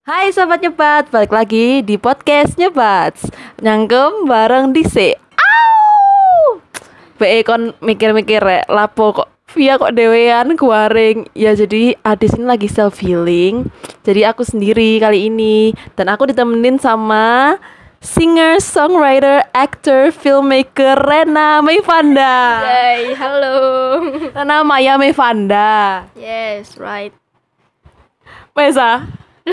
Hai Sobat Nyebat, balik lagi di podcast Nyebat. Nyangkem bareng Dise. Au! Be kon mikir-mikir rek, lapo kok via kok dewean guaring. Ya jadi Adis ini lagi self healing. Jadi aku sendiri kali ini dan aku ditemenin sama singer, songwriter, actor, filmmaker Rena Mevanda. Hai, halo. Rena Maya Mevanda. Yes, right. Mesa.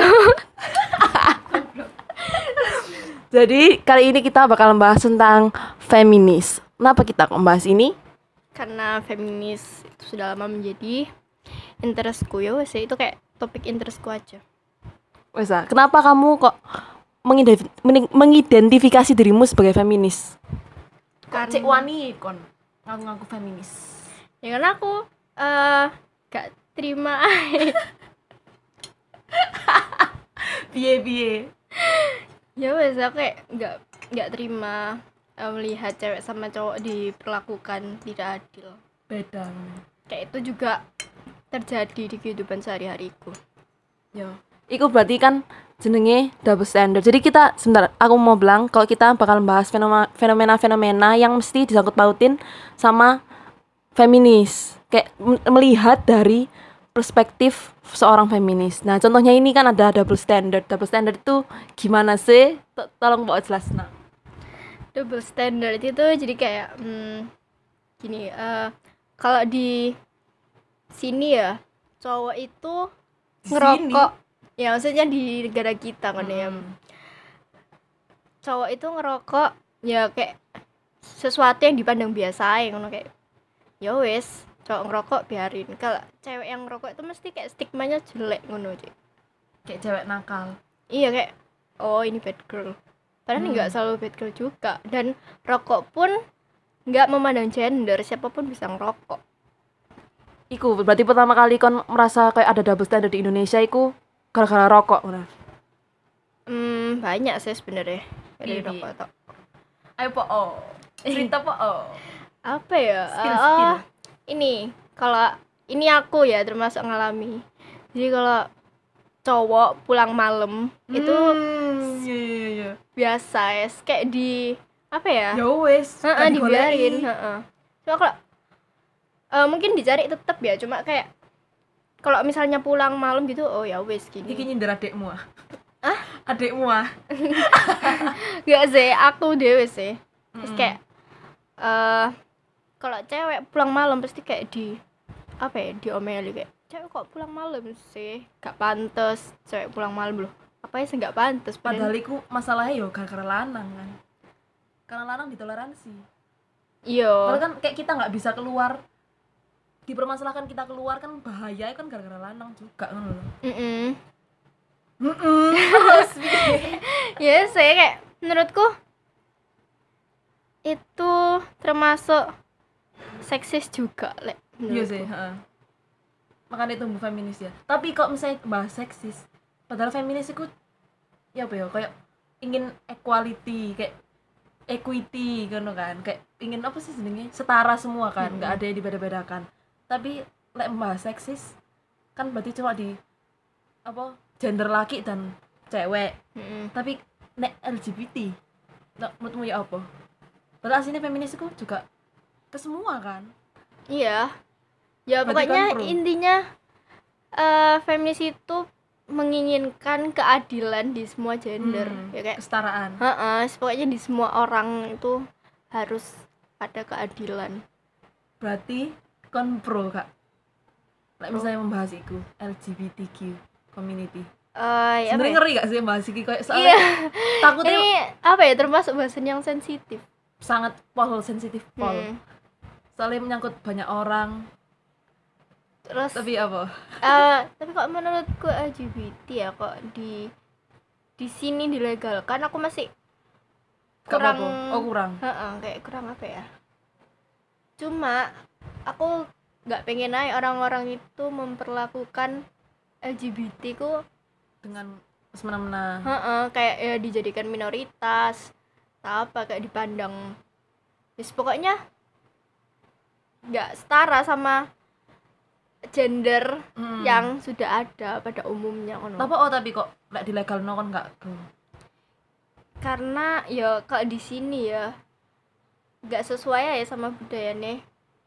Jadi kali ini kita bakal membahas tentang feminis. Kenapa kita membahas ini? Karena feminis itu sudah lama menjadi interestku ya wes itu kayak topik interestku aja. Mesa, kenapa kamu kok mengidentifikasi dirimu sebagai feminis? Kok cek wani kon ngaku-ngaku feminis? Ya karena aku gak terima Biye. ya wes aku kayak gak terima melihat cewek sama cowok diperlakukan tidak adil. Beda. Kayak itu juga terjadi di kehidupan sehari-hariku. Yo. Iku berarti kan jenenge double standard. Jadi kita sebentar, aku mau bilang kalau kita bakal membahas fenomena-fenomena yang mesti disangkut pautin sama feminis. Kayak melihat dari perspektif seorang feminis. Nah, contohnya ini kan ada double standard. Double standard itu gimana sih? Tolong bawa jelas. Nah. Double standard itu jadi kayak gini, kalau di sini ya cowok itu ngerokok ya, maksudnya di negara kita kan ya, cowok itu ngerokok ya kayak sesuatu yang dipandang biasa ya ngono, kayak ya wes cowok ngerokok biarin. Kalau cewek yang ngerokok itu mesti kayak stigmanya jelek ngono sih, Kayak cewek nakal. iya kayak oh ini bad girl, padahal nggak selalu bad girl juga. Dan rokok pun nggak memandang gender, siapapun bisa ngerokok. Iku berarti pertama kali kon merasa kayak ada double standard di Indonesia iku gara-gara rokok, benar. Banyak sih sebenarnya dari Iya. rokok tok. Ayo po, cerita po. Apa ya, Spill. ini kalau ini aku ya termasuk ngalami. Jadi kalau cowok pulang malam itu Iya. biasa ya, kayak di apa ya, Ya wes, gak dibiarin. digoleki. Cuma kalau mungkin dicari tetep ya, cuma kayak kalau misalnya pulang malam gitu, oh ya wes gini. Iki nyindir adekmu ah. Adekmu ah. Gak sih, aku dewe sih. Terus kayak kalau cewek pulang malam pasti kayak di apa ya, diomeli kayak cewek kok pulang malam sih, gak pantas cewek pulang malam loh. Apa ya sih gak pantas, Padahal iku masalahnya yo gara-gara lanang kan. Karena lanang ditoleransi. iya. Padahal kan kayak kita nggak bisa keluar, dipermasalahkan kita keluar kan bahaya kan gara-gara lanang juga kan loh. Ya saya kayak menurutku itu termasuk seksis juga lek Iya menurutku. sih, makanya tumbuh feminis ya. Tapi kok misalnya bahas seksis, padahal feminis itu ya apa ya, kayak ingin equality, kayak equity kan, kayak ingin apa sih jenenge, setara semua kan, nggak ada yang dibeda-bedakan. Tapi lek membahas seksis kan berarti cuma di apa, gender laki dan cewek. Tapi nek LGBT nek menurutmu ya apa? Padahal aslinya feminis itu juga ke semua kan. Iya. Ya Berarti pokoknya kan pro. intinya feminis itu menginginkan keadilan di semua gender, ya kayak Kesetaraan. pokoknya di semua orang itu harus ada keadilan. Berarti kon pro kak, like misalnya membahas itu LGBTQ community. Ya apa Sebenarnya ya? ngeri gak sih membahas ini, kayak soalnya Iya. takutnya Ini apa ya, termasuk bahasan yang sensitif. sangat sensitif soalnya menyangkut banyak orang. Terus Tapi apa? tapi kok menurutku LGBT ya kok di sini dilegalkan, aku masih Gak kurang. apa-apa. Oh kurang. Kayak kurang apa ya, cuma aku nggak pengen aja orang-orang itu memperlakukan LGBT ku Dengan semena-mena. kayak ya dijadikan minoritas atau apa, kayak dipandang pokoknya nggak setara sama gender yang sudah ada pada umumnya ngono. Tapi kok lek dilegalno kon gak go. Karena ya kalau di sini ya nggak sesuai ya sama budayanya.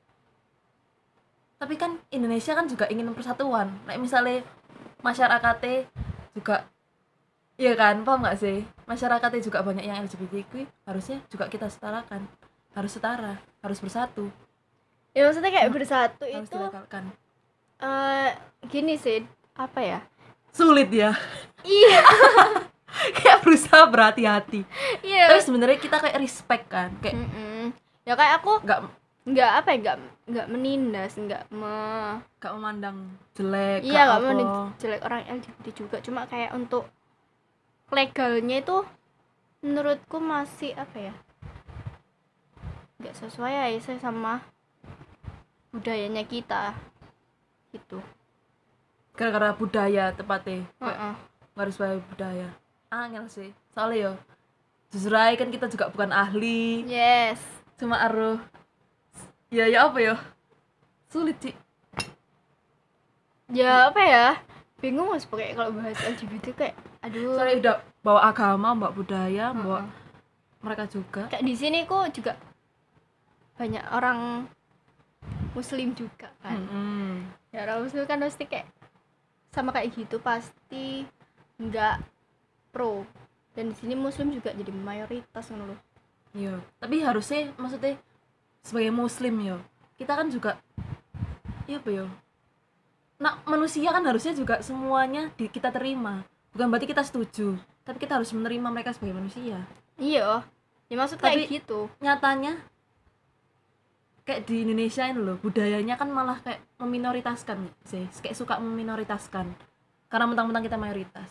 Tapi kan Indonesia kan juga ingin persatuan. Lek misalnya masyarakatnya juga iya kan, paham gak sih? Masyarakatnya juga banyak yang LGBTQ, harusnya juga kita setarakan. Harus setara, harus bersatu. Ya maksudnya kayak bersatu Harus itu dilegalkan. gini sih, apa ya? Sulit ya. Iya. Kayak berusaha berhati-hati. Iya. Tapi sebenarnya kita kayak respect kan, kayak Ya kayak aku nggak apa ya, nggak menindas, nggak memandang jelek. Iya, nggak memandang jelek orang LGBT juga, cuma kayak untuk legalnya itu menurutku masih apa ya, nggak sesuai ya sama budayanya kita gitu. Gara-gara budaya tepatnya. Heeh. Harus sesuai budaya. Angel sih. Soalnya ya jujur aja kan kita juga bukan ahli. Yes. Cuma aruh ya apa ya? Sulit sih. Ya apa ya? Bingung mas pakai kalau bahas LGBT kayak aduh. Soalnya udah bawa agama, bawa budaya, bawa mereka juga. Kayak di sini kok juga banyak orang Muslim juga kan. Ya orang Muslim kan pasti kayak sama kayak gitu pasti nggak pro. Dan di sini Muslim juga jadi mayoritas ngono loh. Iya, tapi harusnya maksudnya sebagai Muslim ya, kita kan juga iya apa ya? Nah, manusia kan harusnya juga semuanya kita terima. Bukan berarti kita setuju, tapi kita harus menerima mereka sebagai manusia. Iya. Ya maksud Tapi kayak gitu. Nyatanya kayak di Indonesia ini loh, budayanya kan malah kayak meminoritaskan sih, kayak suka meminoritaskan. Karena mentang-mentang kita mayoritas.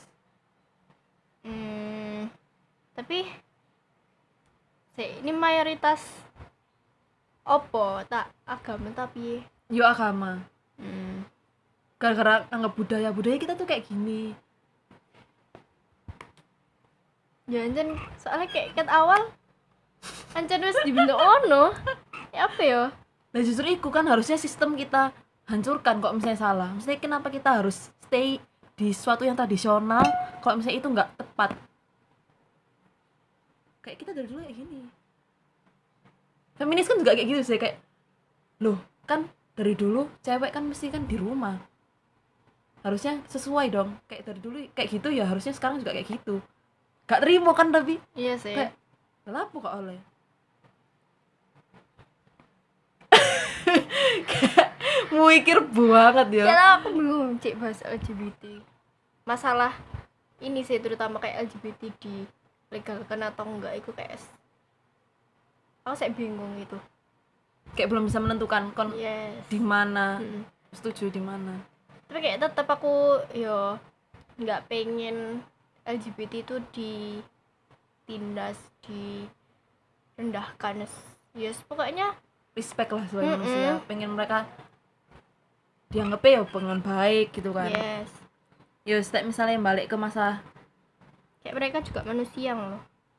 Tapi ini mayoritas opo tak agama tapi Yo agama. Gara-gara anggap budaya kita tuh kayak gini. Ya anjen soalnya kayak ket awal anjen wis dibentuk ono. Ya apa ya? Nah justru itu kan harusnya sistem kita hancurkan kok misalnya salah. Misalnya kenapa kita harus stay di suatu yang tradisional kalau misalnya itu nggak tepat. Kayak kita dari dulu kayak gini. Feminis kan juga kayak gitu sih, kayak loh kan dari dulu cewek kan mesti kan di rumah, harusnya sesuai dong, kayak dari dulu kayak gitu ya harusnya sekarang juga kayak gitu. Gak terima kan tapi iya sih kayak kenapa kok oleh mikir banget ya. karena aku belum cek bahas LGBT masalah ini sih, terutama kayak LGBT di legalkan atau enggak itu kayak aku saya bingung itu, Kayak belum bisa menentukan kon yes. di mana setuju di mana. Tapi kayak tetap aku yo nggak pengen LGBT itu ditindas, direndahkan, yes pokoknya Respect lah sebagai manusia, pengen mereka dianggap ya pengen baik gitu kan. yes. Ya setiap misalnya balik ke masa Kayak mereka juga manusia loh.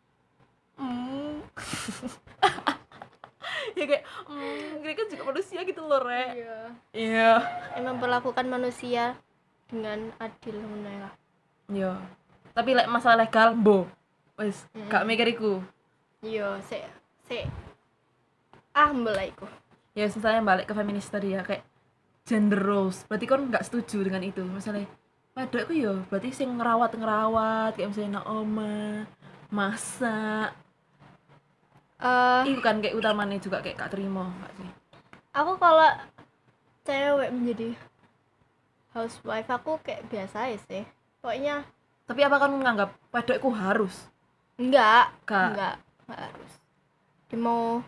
Ya kayak mereka juga manusia gitu loh, Rek. Iya. Iya. Emang memperlakukan manusia dengan adil ngono lah. Iya. Tapi lek masalah legal, wis gak mikir iku. Iya, sik mbelai iku. Ya misalnya balik ke feminis tadi ya, kayak gender roles. Berarti kon gak setuju dengan itu. Misalnya wedok iku ya berarti sing ngerawat kayak misalnya nak oma, masak. Itu kan kayak utamanya juga kayak gak terima gak sih? Aku kalau cewek menjadi housewife aku kayak biasa aja sih. Pokoknya tapi apa kan menganggap wedokku harus? enggak Enggak harus. Dia mau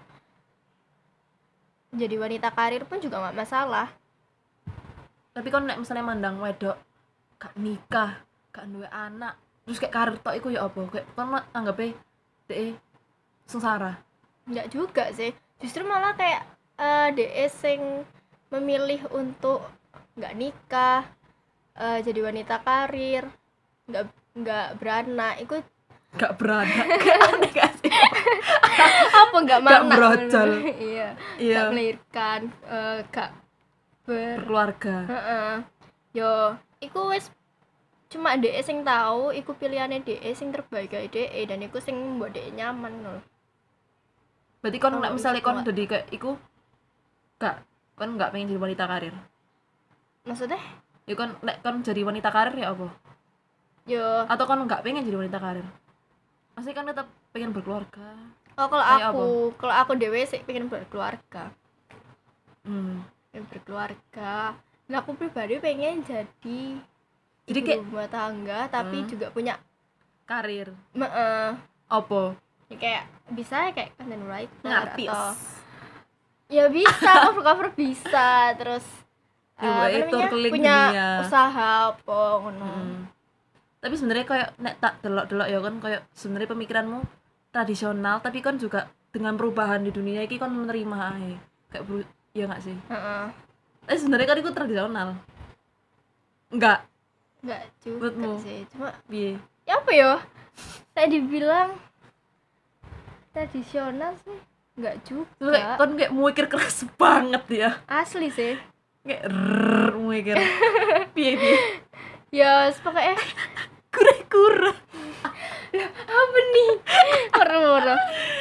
jadi wanita karir pun juga enggak masalah. Tapi kon nek misalnya mandang wedok gak nikah, gak duwe anak, terus kayak karir tok iku ya apa? Kayak kon anggape dhek sengsara. Enggak juga sih. Justru malah kayak DE sing memilih untuk enggak nikah, jadi wanita karir, enggak beranak, itu Gak beranak. Aneh gak sih? apa enggak mana? Gak brocol. Iya. Iya. Gak melahirkan, gak berkeluarga. Heeh. Yo, iku wis cuma dhek sing tahu, iku pilihane dhek sing terbaik gawe dhek dan iku sing mbok dhek nyaman lho. Berarti kon Oh, nek misale iso kon nggak? dadi kayak iku kon nggak pengen jadi wanita karir. Maksudnya? Ya kon nek kon jadi wanita karir ya apa? Yo, Atau kon nggak pengen jadi wanita karir? Masih kan tetap pengen berkeluarga. oh Kayak kalau aku dhewe sih pengen berkeluarga. Pengen berkeluarga. Nah, aku pribadi pengen jadi ibu kayak rumah tangga tapi juga punya karir. heeh. Apa? Ya kayak bisa kayak content writer Ngartis. atau ya bisa cover bisa terus Ya, apa itu namanya keliling punya dunia. usaha apa ngono. Tapi sebenarnya kayak nek tak delok-delok ya kan kayak sebenarnya pemikiranmu tradisional tapi kan juga dengan perubahan di dunia ini kan menerima ae. Kayak ya enggak sih? Heeh. Tapi sebenarnya kan itu tradisional. Enggak, Enggak juga Menurutmu? sih cuma piye? ya apa ya saya dibilang tradisional sih enggak Terus kayak juga kan kayak mikir keras banget ya. asli sih Kayak mikir. Piye? ya pokoknya Kura-kura. apa nih orang-orang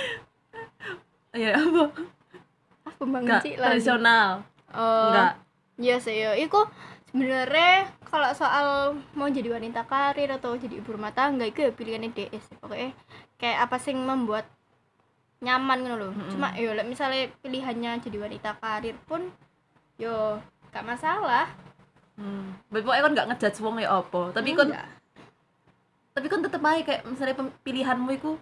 Ya apa? apa banget Enggak sih lagi tradisional. oh Enggak. iya sih ya iku sebenarnya kalau soal mau jadi wanita karir atau jadi ibu rumah tangga itu ya pilihannya DS pokoknya kayak apa sih membuat nyaman gitu loh. Cuma yo lek misalnya pilihannya jadi wanita karir pun yo gak masalah. Berarti pokoknya kan gak ngejudge wong ya apa. Enggak. Tapi kan tetep aja kayak misalnya pilihanmu itu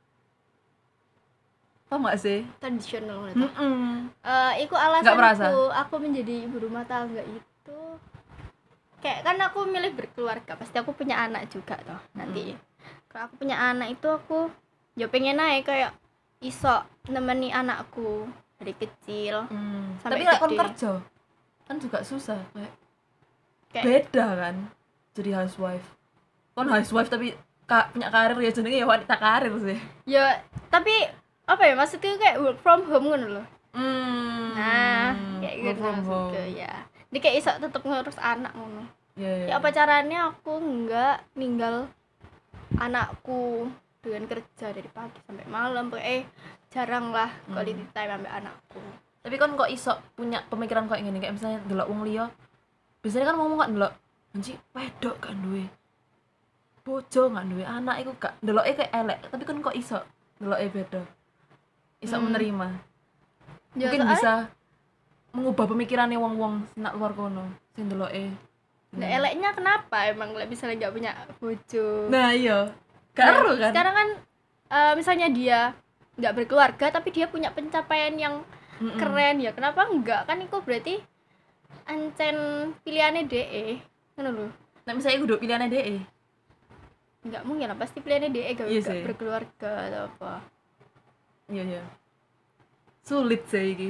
apa gak sih? Tradisional gitu. Iku Nggak merasa? alasanku aku menjadi ibu rumah tangga itu kayak kan aku milih berkeluarga pasti aku punya anak juga toh nanti. Kalau aku punya anak itu aku ya pengen naik kayak iso nemeni anakku dari kecil Tapi sampai lek kon gede. kerja kan juga susah Kayak beda kan jadi housewife. Kon housewife tapi punya karir ya jenenge ya wanita karir sih. ya tapi apa ya maksudnya kayak work from home kan loh. Nah, kayak work gitu from home. maksudku ya. Dia kayak iso tetep ngurus anak ngono. Ya. Ya apa caranya aku nggak ninggal anakku dengan kerja dari pagi sampai malam jarang lah quality time sampai anakku. Tapi kan kok iso punya pemikiran kayak gini kayak misalnya delok wong liya. Biasanya kan ngomong kan delok anji wedok gak duwe bojo gak duwe anak iku gak deloke kayak elek, tapi kan kok iso deloke beda. Iso menerima. Ya, Mungkin soalnya bisa mengubah pemikirannya wong-wong nak luar kono sing deloke. nah, eleknya kenapa emang lek misalnya nggak punya bojo. Nah iya. Nah, Gak ero kan? sekarang kan misalnya dia nggak berkeluarga tapi dia punya pencapaian yang keren ya kenapa enggak kan itu berarti ancen pilihannya DE ngono lho. Nah misalnya kudu pilihannya DE. Enggak mungkin lah pasti pilihannya DE gak Iya sih. berkeluarga atau apa. Iya. Sulit sih iki.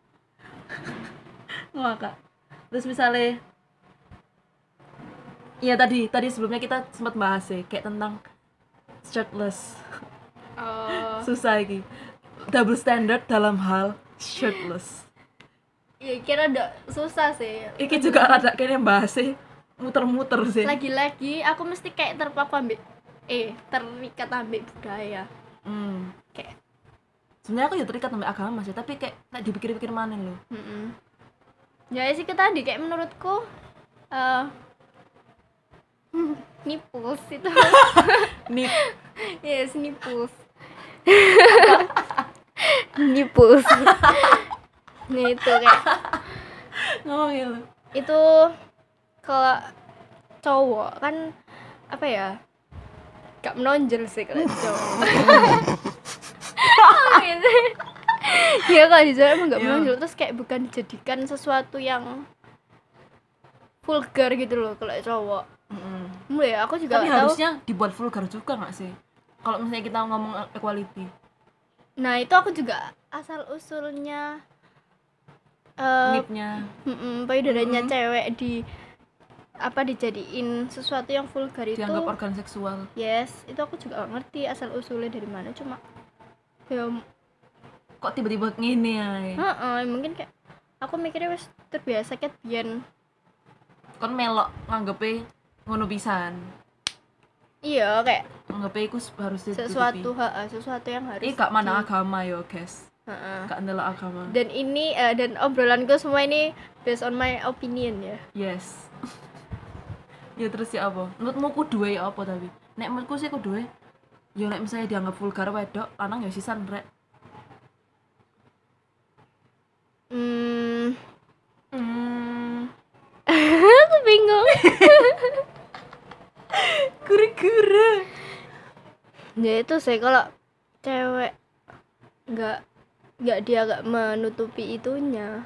Ngakak. Terus misalnya iya tadi sebelumnya kita sempat bahas sih kayak tentang shirtless. Susah iki. Double standard dalam hal shirtless. Ya kira udah susah sih. Iki juga rada kayaknya bahas sih muter-muter sih. Lagi-lagi aku mesti kayak terpaku ambil terikat ambil budaya. Kayak Sebenarnya aku ya terikat sampai agama sih, tapi kayak dipikir-pikir mana loh. ya sih ke tadi kayak menurutku nipples itu Nih, yes nipples nipples nah itu kayak ngomongin lo. itu kalau cowok kan apa ya gak menonjol sih kalau cowok. Gitu. Ya kalau di emang gak Iya. menonjol terus kayak bukan dijadikan sesuatu yang vulgar gitu loh kalau cowok. Mulai aku juga Tapi tahu. harusnya dibuat vulgar juga nggak sih? Kalau misalnya kita ngomong equality. Nah itu aku juga asal usulnya Nipnya. payudaranya cewek dijadiin sesuatu yang vulgar itu. Dianggap organ seksual. Yes, itu aku juga gak ngerti asal usulnya dari mana cuma ya Kok tiba-tiba gini ya? mungkin kayak aku mikirnya wis terbiasa ket biyen. Kon melok nganggepe ngono pisan. Iya, kayak Nganggepe iku harus sesuatu sesuatu yang harus gak mana agama yo, guys. Heeh. Gak ndelok agama. Dan ini dan obrolanku semua ini based on my opinion ya. Yes. Ya terus ya apa? Menurutmu kudu ya apa tapi? Nek menurutku sih kudu ya nek misalnya dianggap vulgar wedok, lanang ya sisan rek. Aku bingung. Gura-gura. Ya itu sih kalau cewek nggak dia nggak menutupi itunya.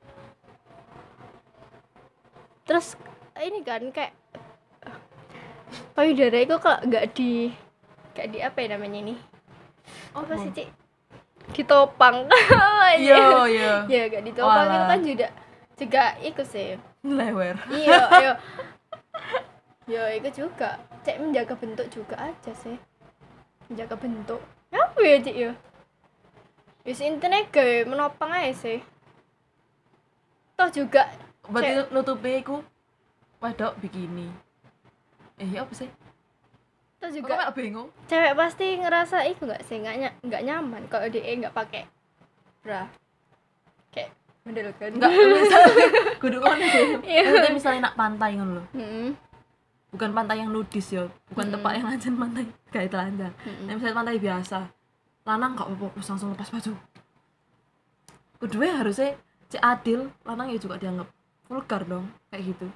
Terus ini kan kayak payudara itu kalau nggak di apa ya namanya ini? Apa sih, Cik? Ditopang. Yo yo. Ya nggak ditopang itu Walah. kan juga itu sih. Lewer. Iya, yo. Yo itu juga. Cek menjaga bentuk juga aja sih. Menjaga bentuk. Apa ya, Cik ya? Wis intine gawe menopang aja sih. Toh juga Berarti nutupi iku wedok bikini. Iya apa sih? toh Kok juga gak bingung? cewek pasti ngerasa itu nggak sih nggak nyaman kalau dia nggak pakai bra. Kayak model kan. Enggak, misalnya kudu ngono sih. Iya. Nanti misalnya nak pantai ngono lho. Heeh. Bukan pantai yang nudis ya, bukan tempat yang lancen pantai kayak telanjang. Nek misalnya pantai biasa, lanang gak apa-apa terus langsung lepas baju. Kedua harusnya cek adil, lanang ya juga dianggap vulgar dong, kayak gitu.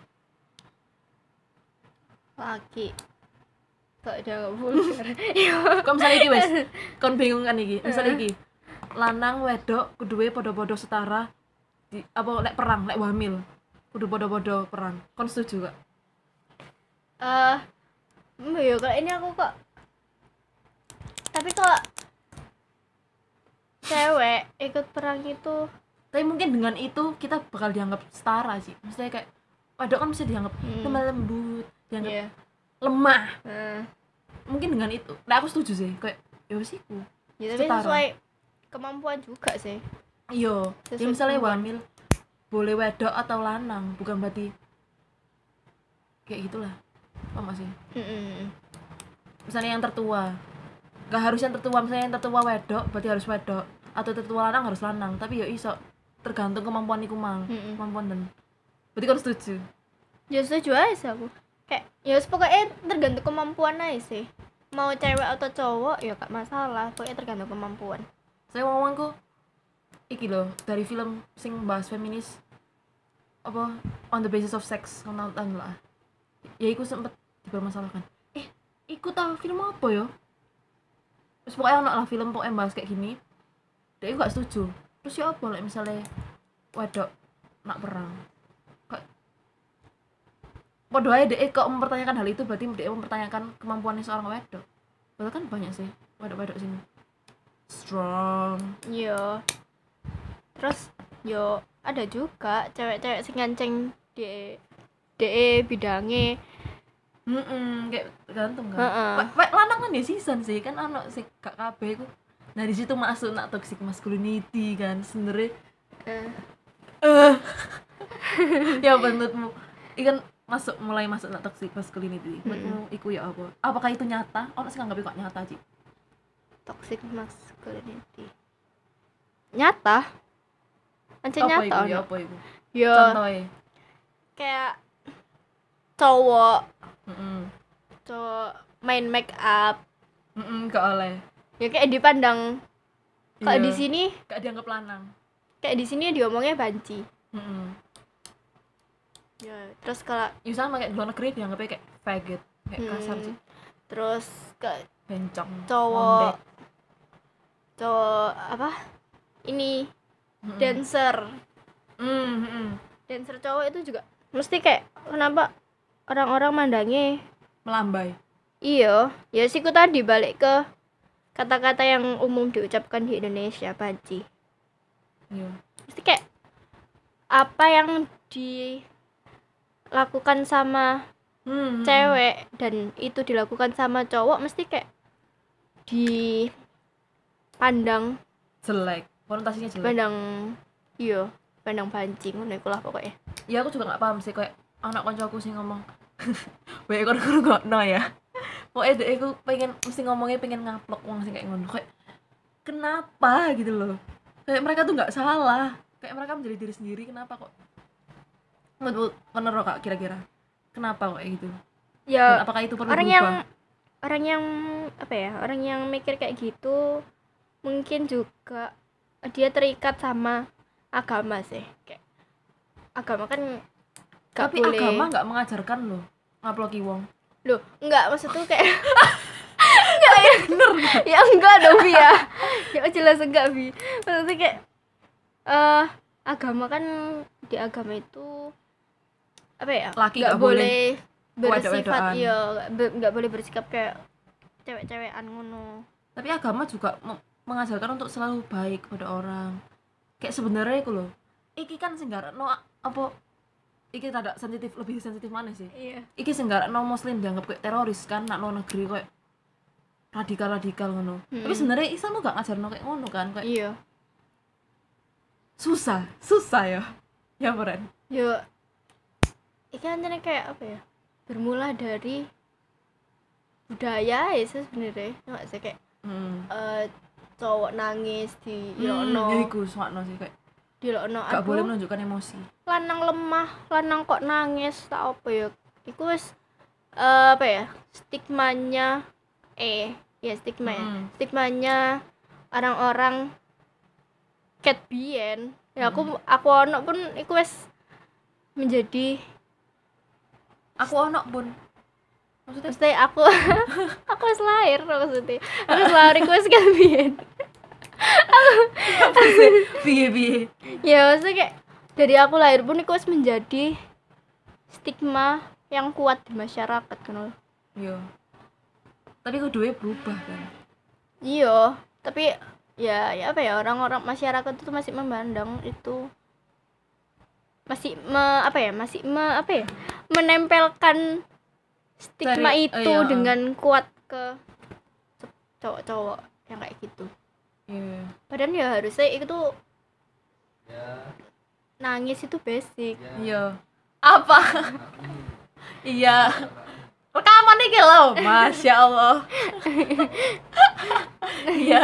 Laki. Kok dia nggak vulgar. Kok misalnya iki wes, kon bingung kan iki. Misalnya iki, lanang wedok kedua podo-podo setara di apa lek perang, lek wamil. Kudu podo-podo perang. Kon setuju gak? Ya kalau ini aku kok. Tapi kalau cewek ikut perang itu Tapi mungkin dengan itu kita bakal dianggap setara sih. Maksudnya kayak wedok kan bisa dianggap lemah lembut, dianggap ya. lemah. Nah, Mungkin dengan itu. Nah, aku setuju sih. Kayak ya wis iku. ya tapi Setara. sesuai kemampuan juga sih. Iya, ya Sesuai misalnya kemampuan. wamil boleh wedok atau lanang, bukan berarti kayak gitulah. Paham gak sih? Misalnya yang tertua. Gak harus yang tertua, misalnya yang tertua wedok, berarti harus wedok. Atau tertua lanang harus lanang, tapi ya iso tergantung kemampuan iku mang. Kemampuan dan berarti kan setuju. Ya setuju aja sih aku. Kayak ya pokoknya tergantung kemampuan aja sih. Mau cewek atau cowok ya gak masalah, pokoknya tergantung kemampuan. Saya ngomongku iki loh, dari film sing bahas feminis apa on the basis of sex, nonton lah. Ya iku sempet dipermasalahkan. Iku tahu film apa ya? Terus pokoknya ono lah film pokoknya bahas kayak gini. Dia gak setuju. Terus ya apa like, misalnya wedok nak perang. Kayak podo ae dek kok mempertanyakan hal itu berarti dia mempertanyakan kemampuannya seorang wedok. Padahal kan banyak sih wedok-wedok sini strong. Iya. Terus yo ada juga cewek-cewek sing nganceng de bidange. Kayak tergantung kan. Heeh. Lanang kan ya season sih kan ono sing gak kabeh iku. Nah di situ masuk nak toxic masculinity kan sebenarnya. Ya menurutmu ikan mulai masuk nak toxic masculinity. Menurutmu iku ya apa? Apakah itu nyata? Ono sing nganggep kok nyata sih. Toxic masculinity. Nyata? Ancen Apa nyata iku ya ono. apa iku? Yo Contohnya. kayak cowok Heeh. main make up Gak oleh. ya kayak dipandang kalau Iya. di sini Gak dianggap lanang. kayak di sini diomongnya banci Heeh. ya terus kalau Ya sama kayak di luar negeri dianggapnya kayak faggot, kayak kasar sih. terus ke Bencong. cowok ngondek. apa ini dancer dancer cowok itu juga mesti kayak kenapa orang-orang mandangnya Melambai. iya ya sih ku tadi balik ke kata-kata yang umum diucapkan di Indonesia banci Iya. mesti kayak apa yang dilakukan sama cewek dan itu dilakukan sama cowok mesti kayak dipandang Jelek. Konotasinya jelek. pandang iya pandang banci ngono iku lah pokoknya. Ya aku juga nggak paham sih kayak anak koncoku sih ngomong baik kon ngrungokno ya pokoknya deh aku pengen mesti ngomongnya pengen ngaplok wong sing kayak ngono kayak kenapa gitu loh kayak mereka tuh nggak salah kayak mereka menjadi diri sendiri kenapa kok menurut Kak kira-kira kenapa kok kayak gitu dan Ya apakah itu perlu orang berubah yang apa ya, orang yang mikir kayak gitu mungkin juga dia terikat sama agama sih, kayak agama kan gak tapi boleh. agama nggak mengajarkan loh ngaploki wong Loh enggak, maksud tuh kayak enggak ya bener ya enggak dong Bi ya ya jelas enggak Bi, maksudnya kayak agama kan, di agama itu apa ya, Laki nggak nggak boleh boleh bersifat, wedok-wedokan. iya nggak boleh bersikap kayak cewek-cewekan ngono. tapi agama juga mengajarkan untuk selalu baik kepada orang kayak sebenarnya itu loh iki kan sing no apa iki tidak sensitif lebih sensitif mana sih Iya. iki sing no muslim dianggap kayak teroris kan nak luar negeri kayak radikal ngono tapi sebenarnya Islam tuh gak ngajarno kayak ngono kan kayak Iya. susah ya Bren Yo iki anjane kayak apa ya, bermula dari budaya ya sebenarnya nggak sih, kayak cowok nangis di ya ilokno, iku suakno sih kayak dilokno, gak boleh menunjukkan emosi lanang lemah, lanang kok nangis tak apa ya, iku wis apa ya, stigmanya ya stigma ya, stigmanya orang-orang cat bien ya, aku ono pun iku wis menjadi aku ono pun maksudnya aku aku wis lahir maksudnya, aku wis lahir iku wis cat bien piye ya, maksudnya kayak dari aku lahir pun iku wis menjadi stigma yang kuat di masyarakat kan. iya tapi kudunya berubah kan Iya, tapi ya apa ya, orang-orang masyarakat itu masih memandang itu, masih menempelkan stigma itu iya. dengan kuat ke cowok-cowok yang kayak gitu. iya Padahal ya harusnya itu tuh nangis itu basic. iya apa iya rekaman nih lo masya Allah iya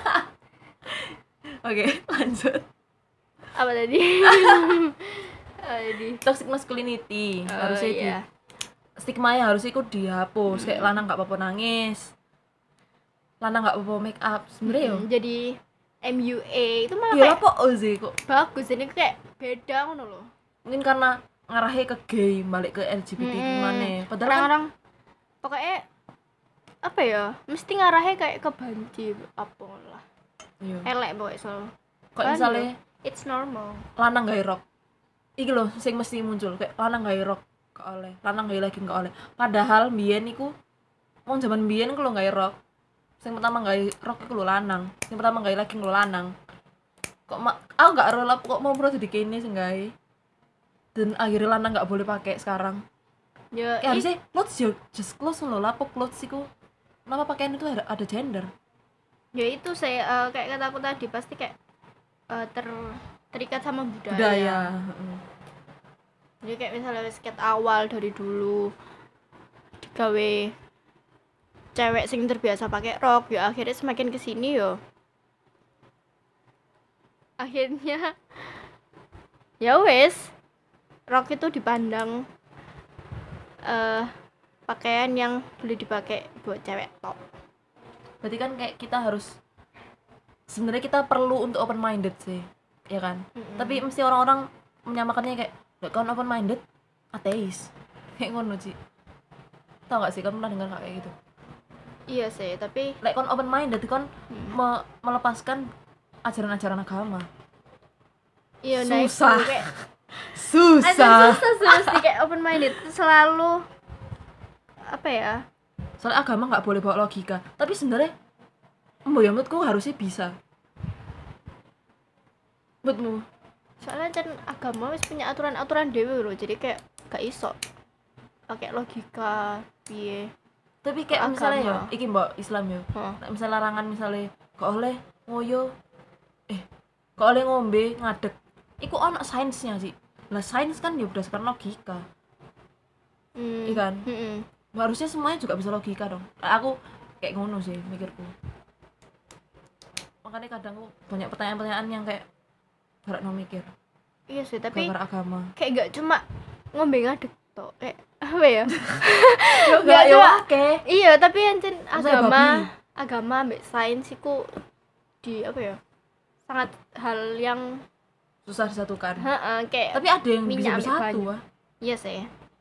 oke lanjut Apa tadi? Apa tadi? toxic masculinity harusnya iya. di stigma ya harusnya ikut dihapus kayak lanang gak apa-apa nangis lanang gak apa-apa make up sebenarnya yo Jadi MUA itu malah iya kayak apa sih kok bagus, ini kayak beda ngono loh. mungkin karena ngarahnya ke gay balik ke LGBT gimana padahal kan Orang-orang pokoknya apa ya, mesti ngarahnya kayak ke banci apa lah, iya elek pokoknya selalu. kok Kan misalnya yo, it's normal. lanang gak rock iki loh sing mesti muncul kayak lanang gak rock gak oleh lanang gak lagi gak oleh padahal biyen iku wong zaman biyen ku lho gak rock sing pertama gak rock iku lho lanang sing pertama gak lagi lho lanang kok aku gak ero kok mau bro jadi kene sing gawe dan akhirnya lanang gak boleh pakai sekarang Ya, ya harusnya clothes just clothes lho lapo clothes iku kenapa pakaian itu ada gender ya itu saya kayak kata aku tadi pasti kayak terikat sama budaya. budaya Jadi kayak misalnya skate awal dari dulu digawe cewek sing terbiasa pakai rok, ya akhirnya semakin kesini yo akhirnya ya wes rok itu dipandang pakaian yang boleh dipakai buat cewek tok. berarti kan kayak kita harus sebenarnya kita perlu untuk open minded sih ya kan tapi mesti orang-orang menyamakannya kayak gak kan open minded ateis kayak ngono sih tau gak sih kan pernah dengar kayak gitu Iya sih, tapi like kon open minded kan melepaskan ajaran-ajaran agama iya susah. naik kayak susah susah sih, mesti kayak open minded selalu apa ya, soalnya agama nggak boleh bawa logika tapi sebenarnya ya menurutku harusnya bisa menurutmu soalnya kan agama wis punya aturan-aturan dewe loh, jadi kayak gak iso pakai logika piye. tapi kayak Agama. misalnya ya iki mbak Islam ya Heeh. misalnya larangan misalnya gak oleh ngoyo gak oleh ngombe ngadeg iku ono sainsnya sih. Lah sains kan ya berdasarkan logika. Iya kan? Harusnya semuanya juga bisa logika dong. Aku kayak ngono sih mikirku. Makanya kadang aku banyak pertanyaan-pertanyaan yang kayak berat no mikir. Iya sih, tapi Gara-gara agama. kayak gak cuma ngombe ngadeg tok. Kayak apa ya? Enggak ya cuma- oke. Iya, tapi ancen Maksudnya agama ambek sains iku di apa ya? Sangat hal yang Susah disatukan. kayak Tapi ada yang bisa minyak bersatu banyak. ah. Iya sih.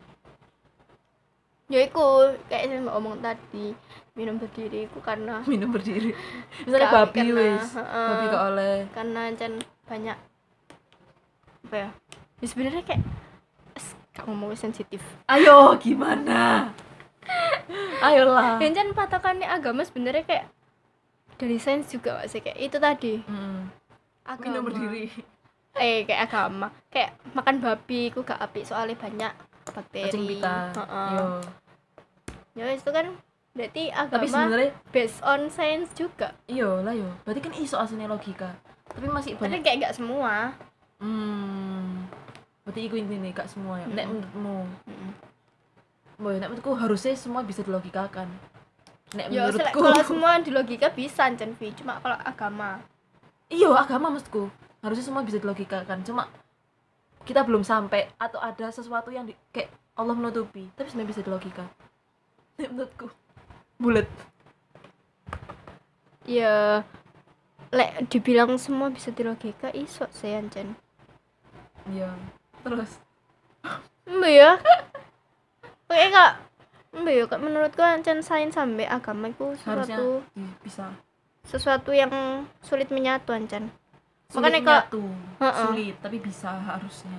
Ya iku kayak yang mbak omong tadi, minum berdiri iku karena Minum berdiri. Misalnya Gak, babi karena, wis. Babi gak oleh. karena ancen banyak apa ya? Ya sebenarnya kayak gak ngomong sensitif. Ayo gimana? Ayolah. Ancen patokannya agama sebenarnya kayak dari sains juga gak sih, kayak itu tadi. Agama. Minum berdiri. Kayak agama, kayak makan babi ku gak apik soalnya banyak bakteri. Cacing pita. Yo. Ya itu kan berarti Tapi agama sebenarnya based on science juga. iya lah yo. Berarti kan iso aslinya logika. Tapi masih Tapi banyak. kayak gak semua. Berarti iku intine gak semua ya. Nek menurutmu. Mm-mm. Boy, nek menurutku harusnya semua bisa dilogikakan. Nek Ya menurutku. kalau semua di logika bisa ancen Vi, cuma kalau agama Iya, agama maksudku. Harusnya semua bisa dilogikakan. Cuma kita belum sampai atau ada sesuatu yang kayak Allah menutupi, tapi sebenarnya bisa dilogika. Nek menurutku. Bulet. ya lek dibilang semua bisa di logika iso sih ancen. Iya. Terus Mbak ya. Kayak gak Mbak ya, menurutku ancen sains sampai agama itu harusnya bisa. sesuatu yang sulit menyatu ancen. Sulit Makanya menyatu. Heeh. Sulit, tapi bisa harusnya.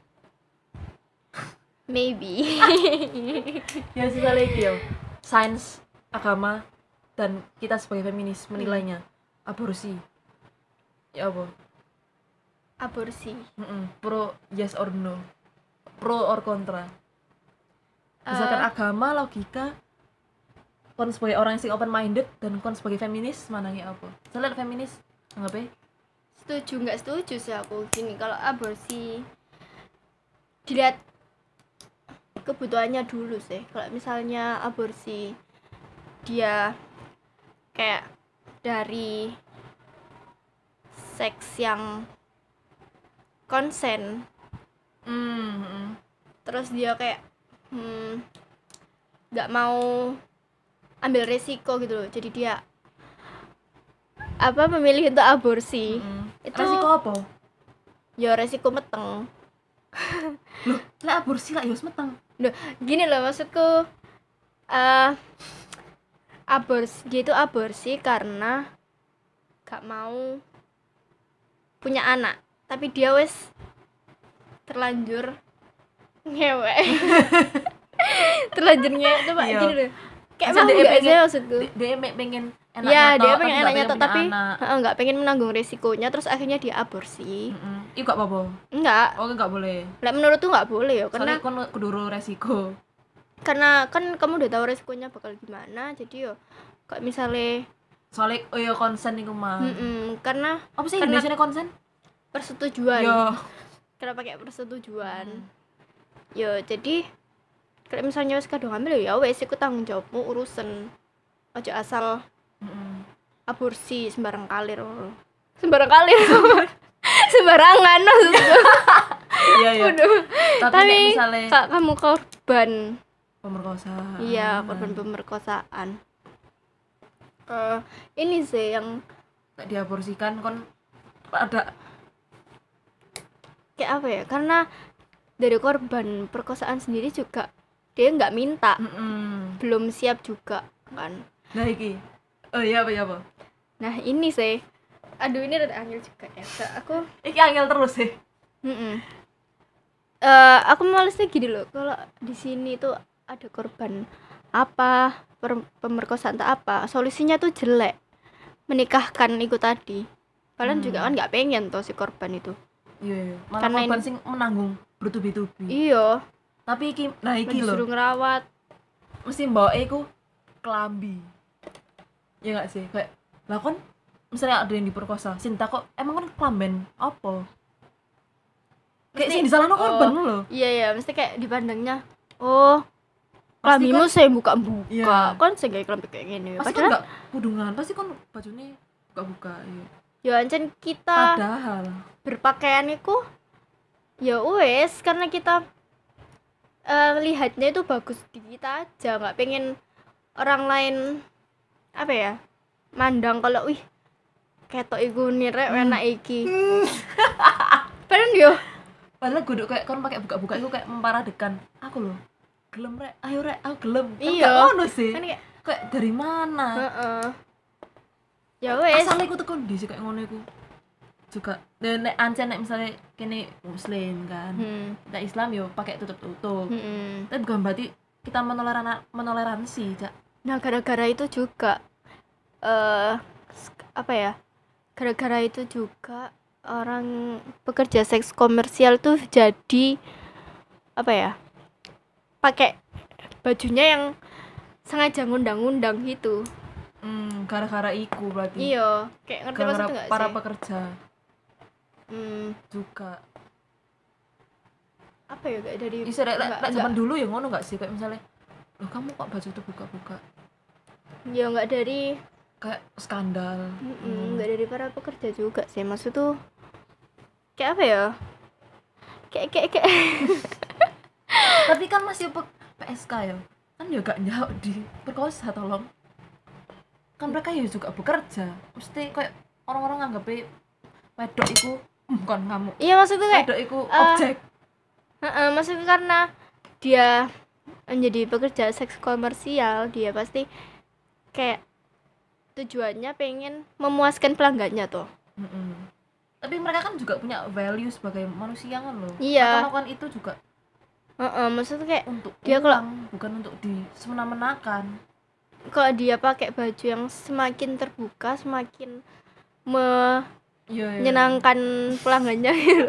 Maybe. Ya susah lagi yo. Sains, agama, dan kita sebagai feminis menilainya aborsi. Ya apa? Aborsi. Pro yes or no. Pro or kontra. Misalkan agama, logika, kon sebagai orang yang open minded dan kon sebagai feminis mananya apa? Soalnya feminis anggapnya Setuju nggak setuju sih aku gini, kalau aborsi dilihat kebutuhannya dulu sih. Kalau misalnya aborsi dia kayak dari seks yang konsen, terus dia kayak nggak mau ambil resiko gitu loh, jadi dia memilih untuk aborsi. Itu resiko apa? ya resiko meteng. Loh, lah aborsi lah ya meteng. Loh, gini loh maksudku, dia itu aborsi karena gak mau punya anak, tapi dia wes terlanjur ngewek. Terlanjur ngewek tuh Pak, Iya. gini loh. Kayak Masa mau dia gak sih pengen- maksudku? Dia pengen enaknya Ya, dia tok, pengen tapi enaknya nggak tok, punya tapi anak. nggak pengen menanggung resikonya, terus akhirnya dia aborsi. Itu gak apa-apa. Enggak, Oh, gak boleh. lah menurut tuh nggak boleh ya, Karena karena kon kuduru resiko. kan kamu udah tahu resikonya bakal gimana, jadi yo kayak misalnya Soalnya oh ya konsen iku mah. karena Apa sih karena- Indonesia konsen? persetujuan. Yo. Kenapa pakai persetujuan? Yo jadi kalau misalnya wis kadung hamil ya wes iku tanggung jawabmu, urusan ojo asal aborsi sembarang kalir. Sembarangan maksudku. Iya iya. Waduh. Tapi Tapi nek misalnya Kak, kamu korban. pemerkosaan. Iya, korban pemerkosaan. Ini sih yang Nek diaborsikan kon ada kayak apa ya, karena dari korban perkosaan sendiri juga dia nggak minta, belum siap juga kan. Nah iki. Oh iya apa ya apa? Nah ini sih, aduh ini rada angel juga ya. Aku Iki angel terus sih. aku malesnya gini loh, kalau di sini tuh ada korban apa pemerkosaan tak apa, solusinya tuh jelek, menikahkan itu tadi. Kalian juga kan nggak pengen tuh si korban itu. Iya iya. Malah Karena korban ini- sing menanggung bertubi-tubi. Iya, Tapi iki nah iki lho. disuruh ngerawat. Mesti mbak iku kelambi. Ya gak sih? Kayak lah kon misalnya ada yang diperkosa, Sinta kok emang kan kelamben apa? kayak sing disalahno korban lho. Iya mesti kayak dipandangnya klambimu saya buka-buka Iya. kan saya kayak klambi kayak gini Pasti kan padahal enggak kudungan, pasti kan bajune buka-buka iya. ya ancen kita Padahal berpakaian itu ya wes karena kita lihatnya itu bagus di kita aja, nggak pengen orang lain apa ya mandang kalau wih ketok iku nirek enak iki padahal godok kayak kon pakai buka-buka itu kayak memparadikan aku loh. Gelem rek, ayo rek, aku gelem. Kan Iya. gak ngono sih. kan Kayak dari mana? heeh ya wes Asal iku tekan di sih kayak ngono iku. Juga dan nek ancen nek misalnya kene muslim kan. Nek Islam yo pakai tutup-tutup. Tapi bukan berarti kita menoleransi, Cak. nah gara-gara itu juga apa ya gara-gara itu juga orang pekerja seks komersial tuh jadi apa ya pakai bajunya yang sengaja ngundang-ngundang gitu. Gara-gara iku berarti. Iya, kayak ngerti Gara-gara maksudnya nggak para sih? pekerja juga. Apa ya kayak dari Bisa rek nggak- zaman dulu ya ngono enggak sih kayak misalnya loh kamu kok baju tuh buka-buka ya nggak dari kayak skandal. nggak dari para pekerja juga sih, maksud tuh kayak apa ya kayak Tapi kan masih PSK ya. Kan ya gak jauh diperkosa tolong. Kan mereka ya juga bekerja. Mesti kayak orang-orang nganggep wedok iku bukan kamu. iya maksudnya kayak Wedok iku objek. maksudnya karena dia menjadi pekerja seks komersial, dia pasti kayak tujuannya pengen memuaskan pelanggannya tuh. Tapi mereka kan juga punya value sebagai manusia kan loh. Iya. Mereka melakukan itu juga Maksudnya kayak untuk dia uang, bukan untuk disemena-menakan. kalau dia pakai baju yang semakin terbuka semakin Iya. menyenangkan pelanggannya gitu.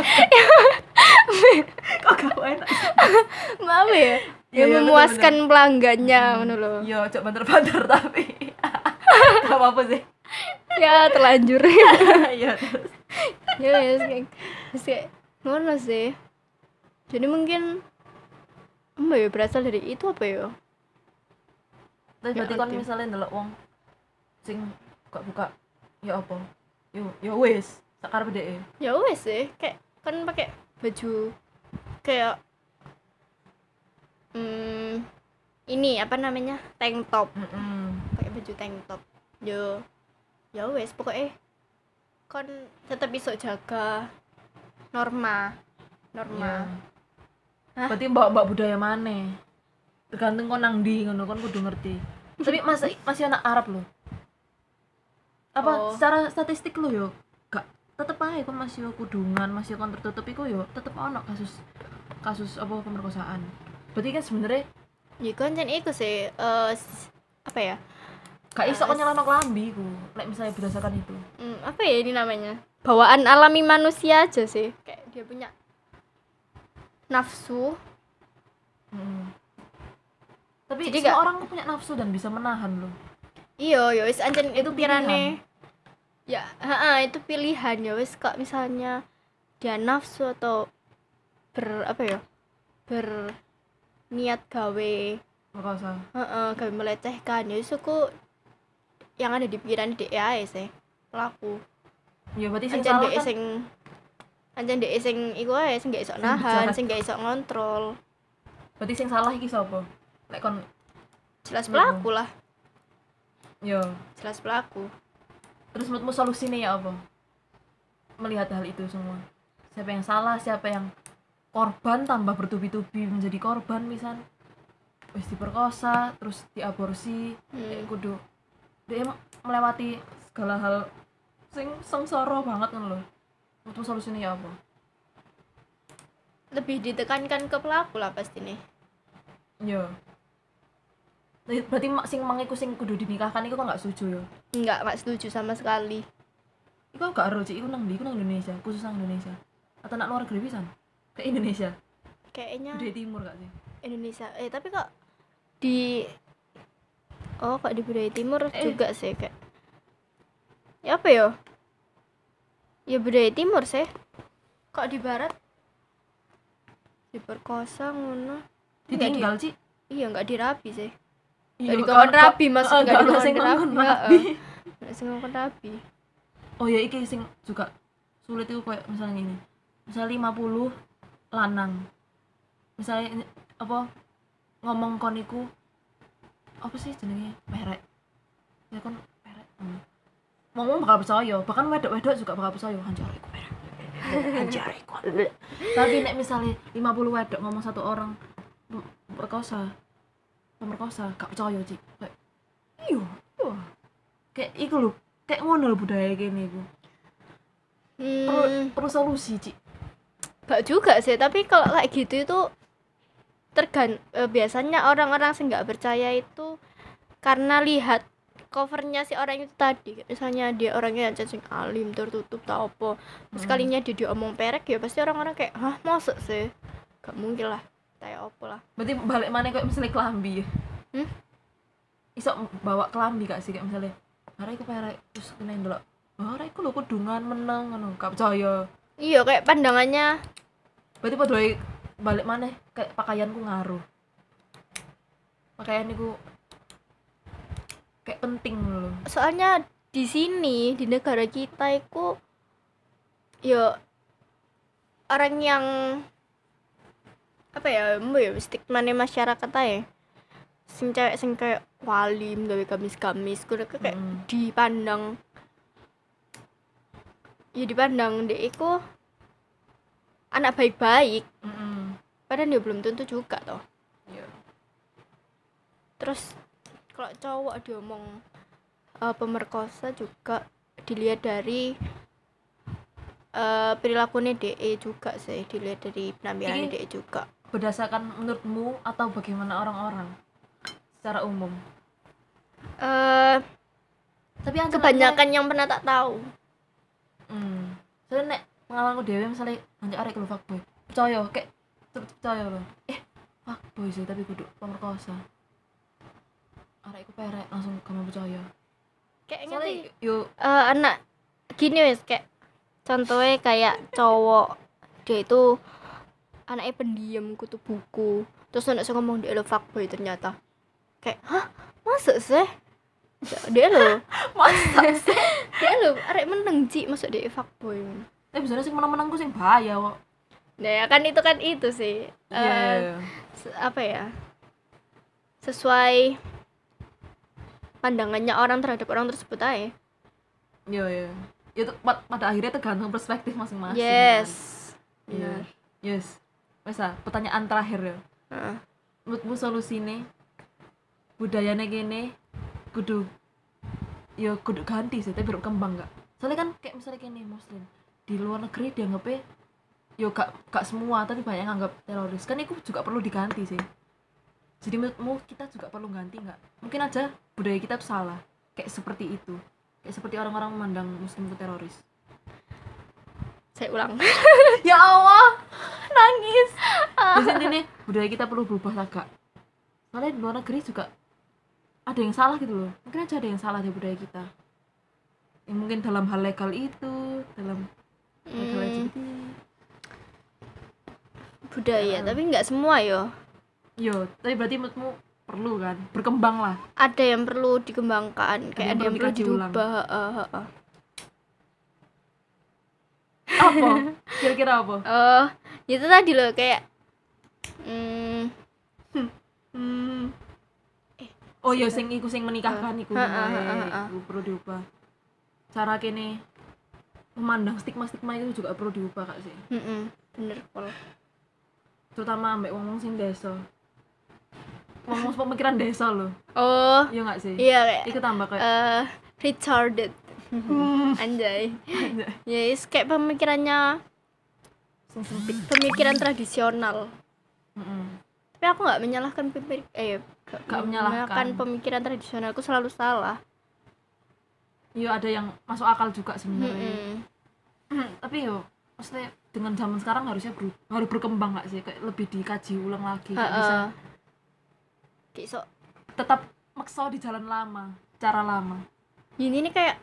Kok gak enak? Maaf ya, Iya, iya, memuaskan pelanggannya ngono loh. Iya, cok banter-banter tapi gak apa-apa sih. Ya terlanjur. Iya, terus. Ya wes kayak ngono sih. Jadi mungkin apa ya berasal dari itu apa ya? Tapi Ya, berarti kan oke. misalnya ndelok wong sing buka ya apa? Ya wis, sakar bedeke. Ya wes sih, kayak kan pakai baju kayak ini apa namanya tank top, pakai baju tank top. Yo ya wes pokoknya kon tetap bisa jaga norma. Iya. Hah? Berarti mbak budaya mana? Tergantung kon nang ndi ngono kon kudu ngerti. Tapi masih anak Arab loh. Apa Oh. secara statistik lo yo gak tetep aja kon masih kudungan, masih kon tertutup iku yo tetep ono kasus apa pemerkosaan. Berarti kan sebenarnya Ya konten itu sih apa ya? gak iso kon nyelano klambi iku. Lek misalnya berdasarkan itu. Apa ya ini namanya? Bawaan alami manusia aja sih. Kayak dia punya nafsu. Tapi Jadi semua orang tuh punya nafsu dan bisa menahan loh. Iya, ya wis ancen Itu itu pirane. Ya, itu pilihan ya wis kok misalnya dia nafsu atau apa ya? Berniat gawe Merkosa. gawe melecehkan ya wis aku yang ada di pikiran dia ae sih pelaku. Ya berarti sing Ancen salah dhek kan sing iku ae sing gak iso Sing nahan, bicara. sing gak iso ngontrol. berarti sing salah iki sapa? Lek kon Jelas pelaku lah, yo. jelas pelaku. Terus menurutmu solusinya ya apa? Melihat hal itu semua. Siapa yang salah, siapa yang korban tambah bertubi-tubi menjadi korban misal. Wis diperkosa, terus diaborsi, kudu dia melewati segala hal sing sengsara banget kan lho. Menurutmu solusinya ya apa? Lebih ditekankan ke pelaku lah pasti nih. Yo. Berarti sing mangiku sing kudu dinikahkan iku kok gak setuju yo. Nggak setuju sama sekali. Iku gak ero Cik, iku nang ndi? Iku nang Indonesia, khusus nang Indonesia. Atau nak luar negeri pisan? Ke Indonesia. Kayaknya Budaya timur gak sih? Indonesia. Tapi kok di kok di budaya timur juga sih kayak. Ya apa ya? Ya budaya timur sih. Kok di barat diperkosa ngono. ditinggal Ci. Iya enggak dirapi sih. Iya, Jadi kawan rapi maksudnya enggak enggak sing dirapi. ngomong rapi. Enggak sing ngomong rapi. Oh ya iki sing juga sulit itu kayak misalnya gini. Misalnya 50 lanang. Misalnya apa ngomong kon iku apa sih jenenge perek. Ya kon perek. Ngomong bakal percaya, bahkan wedok-wedok juga bakal percaya anjir iku perek. Anjir iku. Tapi nek misalnya 50 wedok ngomong satu orang pemerkosa gak percaya Ci. Kayak iya. Kayak iku lho, kayak ngono lho budaya kene iku. Perlu solusi Ci. Gak juga sih, tapi kalau kayak gitu itu biasanya orang-orang yang nggak percaya itu karena lihat covernya si orang itu tadi, misalnya dia orangnya yang cacing alim tertutup tau apa, sekalinya dia omong perek ya pasti orang-orang kayak hah masa sih, gak mungkin lah kayak apa lah. Berarti balik mana kayak misalnya kelambi ya? Iso bawa kelambi gak sih kayak misalnya hari aku perek terus kena ndelok hari aku lho kudungan meneng ngono gak percaya. Iya kayak pandangannya. Berarti padha balik mana kayak pakaianku ngaruh, pakaian itu kayak penting loh. Soalnya di sini di negara kita itu ya orang yang apa ya stigma masyarakat aja sing cewek sing kayak walim gawe gamis-gamis kudu kayak dipandang dek iku anak baik-baik. Padahal dia belum tentu juga toh. Iya. Terus kalau cowok diomong pemerkosa juga dilihat dari perilakunya DE juga sih, dilihat dari penampilan DE juga. Berdasarkan menurutmu atau bagaimana orang-orang secara umum? Tapi kebanyakan yang pernah tak tahu. Soalnya nek pengalamanku dewe misalnya anjir arek lu fuckboy percaya kayak percaya loh fuckboy sih tapi kudu pemerkosa arek iku perek langsung kamu percaya Kayak soalnya ngerti yuk anak gini wes kayak contohnya kayak cowok dia itu anaknya pendiam kutu buku terus anak saya ngomong dia lo fuckboy ternyata kayak hah masa sih dia lo masa sih dia lo arek meneng Ci masa dia fuckboy. Bisa sih menang-menangku sing bahaya kok. Nah ya kan itu sih apa ya sesuai pandangannya orang terhadap orang tersebut aja. Iya itu pada akhirnya tergantung perspektif masing-masing. Yes kan? Benar. Yes masa pertanyaan terakhir ya menurutmu solusinya budayanya gini kudu ganti sih tapi berkembang gak soalnya kan kayak misalnya gini muslim di luar negeri dianggapnya gak semua tapi banyak yang anggap teroris kan itu juga perlu diganti sih. Jadi menurutmu kita juga perlu ganti nggak? Mungkin aja budaya kita tuh salah kayak seperti itu, kayak seperti orang-orang memandang muslim itu teroris. Saya ulang. Ya Allah nangis. Jadi intinya budaya kita perlu berubah agak soalnya di luar negeri juga ada yang salah gitu loh, mungkin aja ada yang salah di budaya kita yang mungkin dalam hal legal itu dalam LGBT budaya tapi nggak semua tapi berarti menurutmu perlu kan berkembang lah, ada yang perlu dikembangkan kayak ada yang perlu dirubah. Apa kira-kira apa? Itu tadi loh kayak oh iya sing menikahkan iku perlu diubah cara kene memandang stigma itu juga perlu diubah kak sih. Bener pol terutama ambek wong sing desa ngomong pemikiran desa loh. Iya nggak sih iya kayak itu tambah kayak retarded anjay ya kayak pemikirannya sempit pemikiran tradisional. Tapi aku nggak menyalahkan menyalahkan pemikiran tradisionalku selalu salah. Iya ada yang masuk akal juga sebenarnya. Tapi maksudnya dengan zaman sekarang harus berkembang nggak sih kayak lebih dikaji ulang lagi nggak bisa kayak so tetap maksa di jalan lama cara lama ini kayak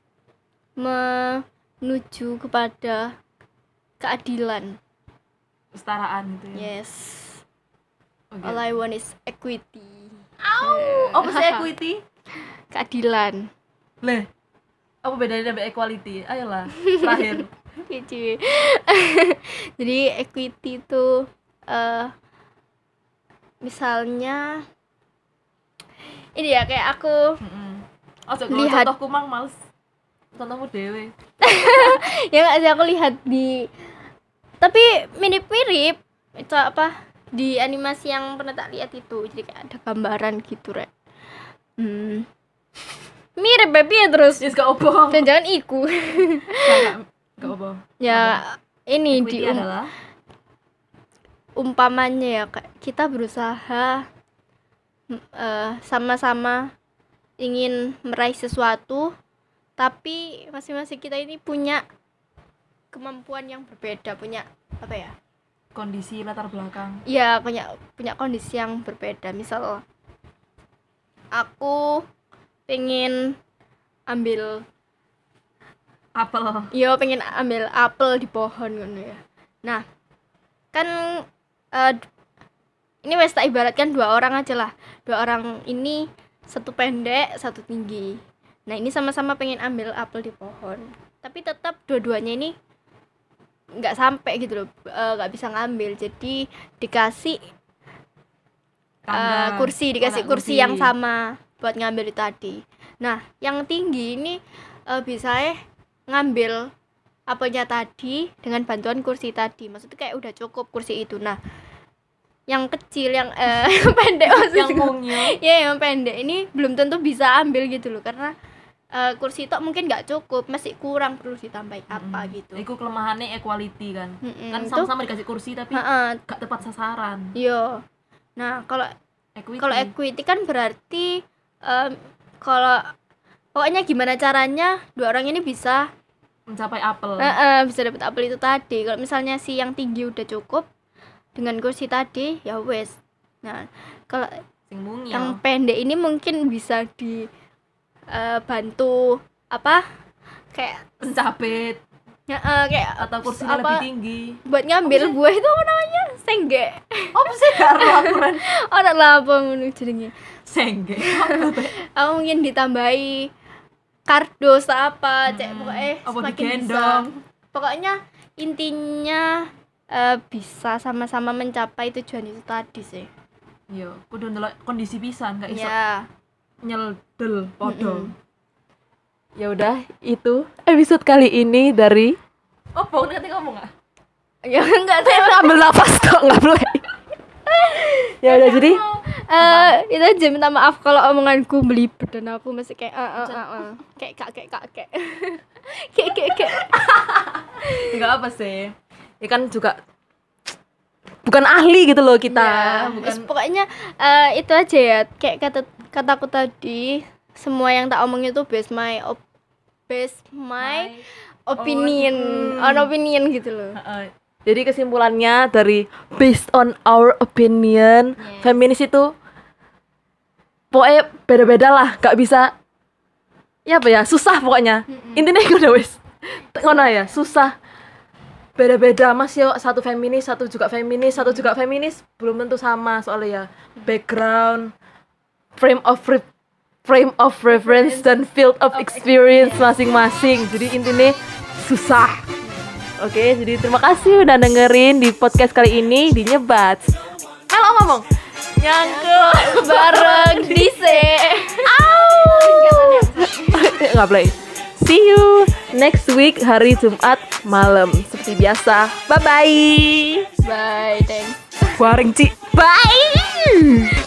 menuju kepada keadilan kesetaraan gitu ya. Yes. Oke. All I want is equity. Apa sih equity? Keadilan. Leh, apa bedanya dengan equality? Ayolah, terakhir. Gitu. Jadi equity itu misalnya ini ya kayak aku Ojo Lihat. contohku mang males. Contohmu dewe. ya nggak sih, aku lihat di tapi mirip-mirip itu apa di animasi yang pernah tak lihat itu, jadi kayak ada gambaran gitu Rek. Mirip baby ya terus Yes, gak opo. dan jangan iku Gak opo. ya ini Equity adalah umpamanya ya kayak kita berusaha sama-sama ingin meraih sesuatu, tapi masing-masing kita ini punya kemampuan yang berbeda, punya apa ya? kondisi latar belakang. Ya punya kondisi yang berbeda. Misal aku pengen ambil pengen ambil apel di pohon ngono ya. Nah, kan ini wes tak ibaratkan dua orang aja lah. Dua orang ini satu pendek, satu tinggi. Nah, ini sama-sama pengen ambil apel di pohon. Tapi tetap dua-duanya ini nggak sampai gitu loh, nggak bisa ngambil. Jadi dikasih dikasih kursi yang sama buat ngambil itu tadi. Nah, yang tinggi ini bisa ngambil apelnya tadi dengan bantuan kursi tadi. Maksudnya kayak udah cukup kursi itu. Nah, yang kecil yang pendek maksudnya. Yang mungil. Ya, yang pendek ini belum tentu bisa ambil gitu loh, karena kursi itu mungkin nggak cukup, masih kurang, perlu ditambahin apa gitu. Iku kelemahannya equality kan. Kan Itu- sama-sama dikasih kursi tapi gak tepat sasaran. Yo. Nah, kalau Equity. equity kan berarti kalau pokoknya gimana caranya dua orang ini bisa mencapai apel. bisa dapat apel itu tadi. Kalau misalnya si yang tinggi udah cukup dengan kursi tadi, ya wes. Nah, kalau Sing mungil. yang pendek ini mungkin bisa di bantu apa kayak Pencapit kayak atau kursi apa, lebih tinggi. buat ngambil buah itu apa namanya, sengge. Apa sih karo aturan Orang lah apa ngono jenenge. sengge? Apa tuh? Aku mungkin ditambahi kardus apa cek pokoknya Apa semakin digendong? bisa. Pokoknya intinya bisa sama-sama mencapai tujuan itu tadi sih. Yo, kudu ndelok kondisi pisan gak iso Ya. nyeldel podo. Ya udah, itu episode kali ini dari Opo, nanti ngomong gak? Ya enggak sih. Ambil nafas kok, nggak boleh. Ya udah, jadi itu aja, minta maaf kalau omonganku belibet dan aku masih kayak kayak kayak nggak apa sih. Ya kan juga bukan ahli gitu loh kita. ya, Bukan pokoknya itu aja ya, kayak kataku tadi, semua yang tak omongin itu based my opinion, on opinion gitu loh. Jadi kesimpulannya dari based on our opinion, Yes. feminis itu pokoknya beda-beda lah, gak bisa ya apa ya, susah pokoknya. Intinya itu udah wis. Ngono ya, susah. Beda-beda Mas yo, satu feminis, satu juga feminis, belum tentu sama soalnya ya. Background, frame of reference dan field of experience masing-masing. Jadi intinya susah. Oke, jadi terima kasih udah dengerin di podcast kali ini di Nyebat. Halo ngomong. Nyangkut Bareng Dise. nggak boleh. See you next week hari Jumat malam seperti biasa. Bye bye. Bye, thanks. Bareng Ci. Bye.